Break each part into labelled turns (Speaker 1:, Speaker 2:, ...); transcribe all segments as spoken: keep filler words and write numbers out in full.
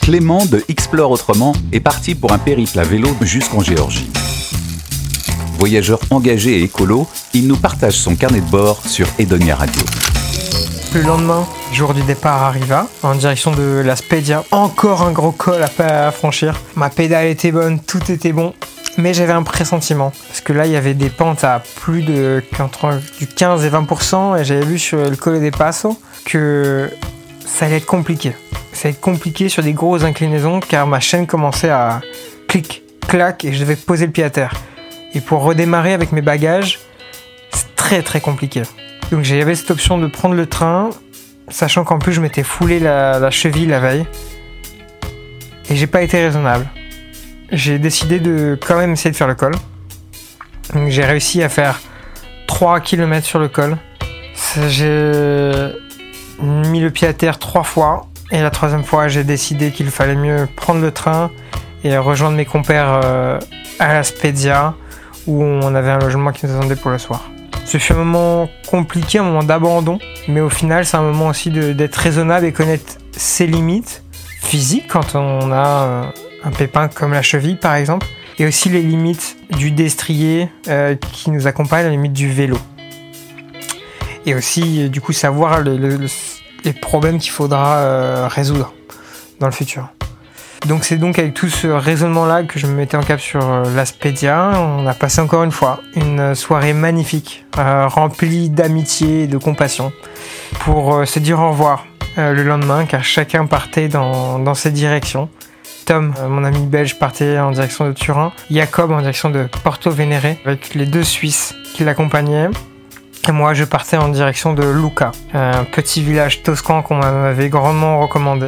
Speaker 1: Clément de Explore Autrement est parti pour un périple à vélo jusqu'en Géorgie. Voyageur engagé et écolo, il nous partage son carnet de bord sur Edonia Radio.
Speaker 2: Le lendemain, jour du départ arriva, en direction de la Spedia. Encore un gros col à, à franchir. Ma pédale était bonne, tout était bon. Mais j'avais un pressentiment. Parce que là, il y avait des pentes à plus de du quinze et vingt pour cent. Et j'avais vu sur le Colle des Passos que ça allait être compliqué. Ça allait être compliqué sur des grosses inclinaisons car ma chaîne commençait à clic, clac et je devais poser le pied à terre. Et pour redémarrer avec mes bagages, c'est très très compliqué. Donc j'avais cette option de prendre le train, sachant qu'en plus je m'étais foulé la, la cheville la veille. Et j'ai pas été raisonnable. J'ai décidé de quand même essayer de faire le col. Donc j'ai réussi à faire trois kilomètres sur le col. J'ai mis le pied à terre trois fois. Et la troisième fois, j'ai décidé qu'il fallait mieux prendre le train et rejoindre mes compères euh, à la Spedia, où on avait un logement qui nous attendait pour le soir. Ce fut un moment compliqué, un moment d'abandon, mais au final, c'est un moment aussi de, d'être raisonnable et connaître ses limites physiques quand on a euh, un pépin comme la cheville, par exemple, et aussi les limites du destrier euh, qui nous accompagne, les limites du vélo. Et aussi, du coup, savoir le, le, le les problèmes qu'il faudra euh, résoudre dans le futur. Donc c'est donc avec tout ce raisonnement-là que je me mettais en cap sur euh, la Spedia. On a passé encore une fois une soirée magnifique, euh, remplie d'amitié et de compassion, pour euh, se dire au revoir euh, le lendemain, car chacun partait dans, dans ses directions. Tom, euh, mon ami belge, partait en direction de Turin, Jacob en direction de Porto Venere, avec les deux Suisses qui l'accompagnaient. Et moi, je partais en direction de Lucca, un petit village toscan qu'on m'avait grandement recommandé.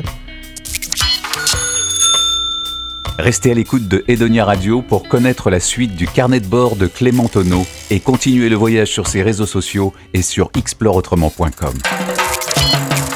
Speaker 1: Restez à l'écoute de Edonia Radio pour connaître la suite du carnet de bord de Clément Tonneau et continuer le voyage sur ses réseaux sociaux et sur explore autrement point com.